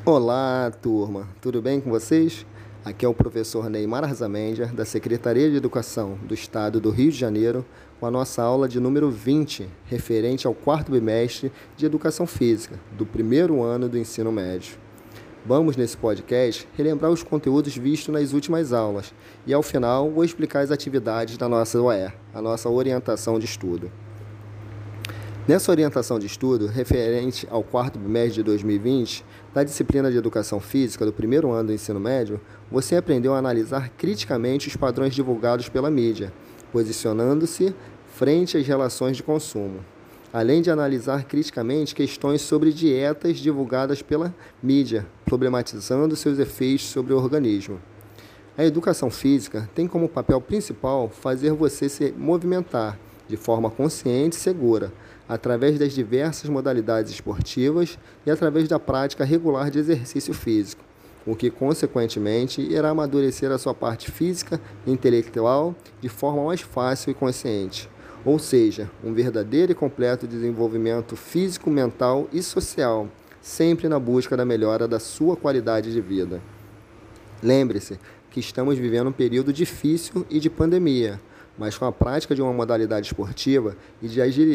Olá, turma! Tudo bem com vocês? Aqui é o professor Neymar Arzamendia, da Secretaria de Educação do Estado do Rio de Janeiro, com a nossa aula de número 20, referente ao quarto bimestre de Educação Física, do primeiro ano do ensino médio. Vamos, nesse podcast, relembrar os conteúdos vistos nas últimas aulas e, ao final, vou explicar as atividades da nossa OE, a nossa orientação de estudo. Nessa orientação de estudo, referente ao quarto bimestre de 2020, da disciplina de Educação Física do primeiro ano do ensino médio, você aprendeu a analisar criticamente os padrões divulgados pela mídia, posicionando-se frente às relações de consumo, além de analisar criticamente questões sobre dietas divulgadas pela mídia, problematizando seus efeitos sobre o organismo. A educação física tem como papel principal fazer você se movimentar de forma consciente e segura, através das diversas modalidades esportivas e através da prática regular de exercício físico, o que, consequentemente, irá amadurecer a sua parte física e intelectual de forma mais fácil e consciente, ou seja, um verdadeiro e completo desenvolvimento físico, mental e social, sempre na busca da melhora da sua qualidade de vida. Lembre-se que estamos vivendo um período difícil e de pandemia, mas com a prática de uma modalidade esportiva e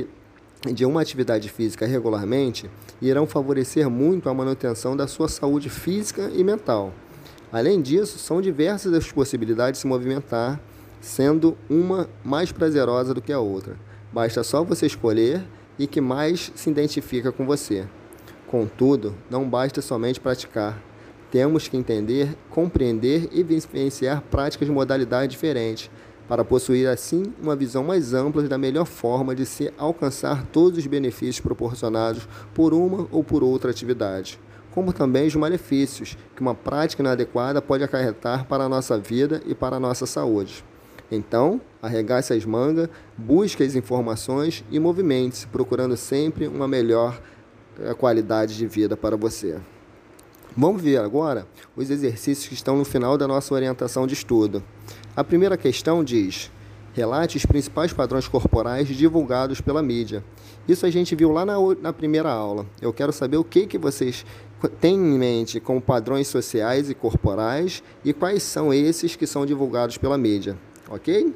de uma atividade física regularmente, irão favorecer muito a manutenção da sua saúde física e mental. Além disso, são diversas as possibilidades de se movimentar, sendo uma mais prazerosa do que a outra. Basta só você escolher e que mais se identifica com você. Contudo, não basta somente praticar. Temos que entender, compreender e vivenciar práticas de modalidades diferentes, para possuir, assim, uma visão mais ampla da melhor forma de se alcançar todos os benefícios proporcionados por uma ou por outra atividade, como também os malefícios que uma prática inadequada pode acarretar para a nossa vida e para a nossa saúde. Então, arregace as mangas, busque as informações e movimente-se, procurando sempre uma melhor qualidade de vida para você. Vamos ver agora os exercícios que estão no final da nossa orientação de estudo. A primeira questão diz: relate os principais padrões corporais divulgados pela mídia. Isso a gente viu lá na primeira aula. Eu quero saber o que vocês têm em mente como padrões sociais e corporais e quais são esses que são divulgados pela mídia, ok?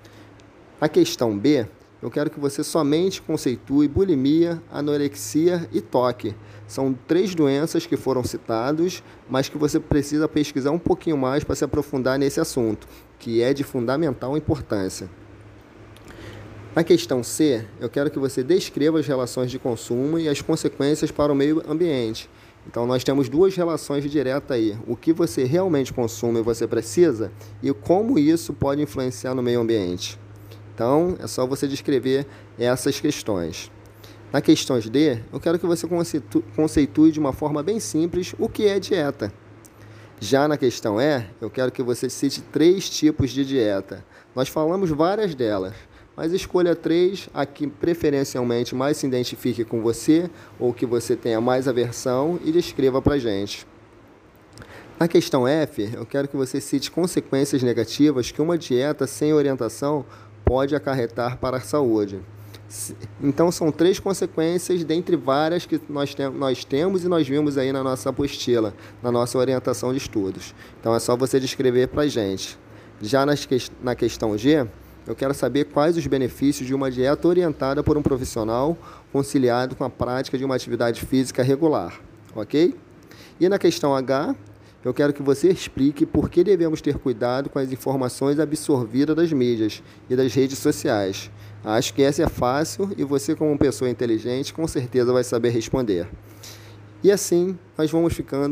A questão B, eu quero que você somente conceitue bulimia, anorexia e toque. São 3 doenças que foram citadas, mas que você precisa pesquisar um pouquinho mais para se aprofundar nesse assunto, que é de fundamental importância. Na questão C, eu quero que você descreva as relações de consumo e as consequências para o meio ambiente. Então, nós temos 2 relações diretas aí. O que você realmente consome e você precisa e como isso pode influenciar no meio ambiente. Então, é só você descrever essas questões. Na questão D, eu quero que você conceitue de uma forma bem simples o que é dieta. Já na questão E, eu quero que você cite 3 tipos de dieta. Nós falamos várias delas, mas escolha 3 a que preferencialmente mais se identifique com você ou que você tenha mais aversão e descreva para a gente. Na questão F, eu quero que você cite consequências negativas que uma dieta sem orientação pode acarretar para a saúde. Então, são 3 consequências, dentre várias que nós temos e nós vimos aí na nossa apostila, na nossa orientação de estudos. Então, é só você descrever para a gente. Já na questão G, eu quero saber quais os benefícios de uma dieta orientada por um profissional, conciliado com a prática de uma atividade física regular, ok? E na questão H, eu quero que você explique por que devemos ter cuidado com as informações absorvidas das mídias e das redes sociais. Acho que essa é fácil e você, como pessoa inteligente, com certeza vai saber responder. E assim, nós vamos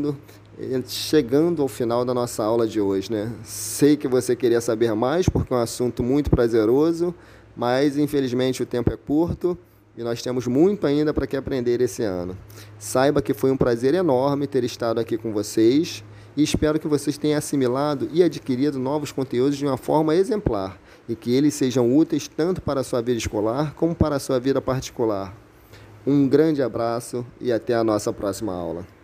chegando ao final da nossa aula de hoje, né? Sei que você queria saber mais, porque é um assunto muito prazeroso, mas infelizmente o tempo é curto e nós temos muito ainda para que aprender esse ano. Saiba que foi um prazer enorme ter estado aqui com vocês e espero que vocês tenham assimilado e adquirido novos conteúdos de uma forma exemplar e que eles sejam úteis tanto para a sua vida escolar como para a sua vida particular. Um grande abraço e até a nossa próxima aula.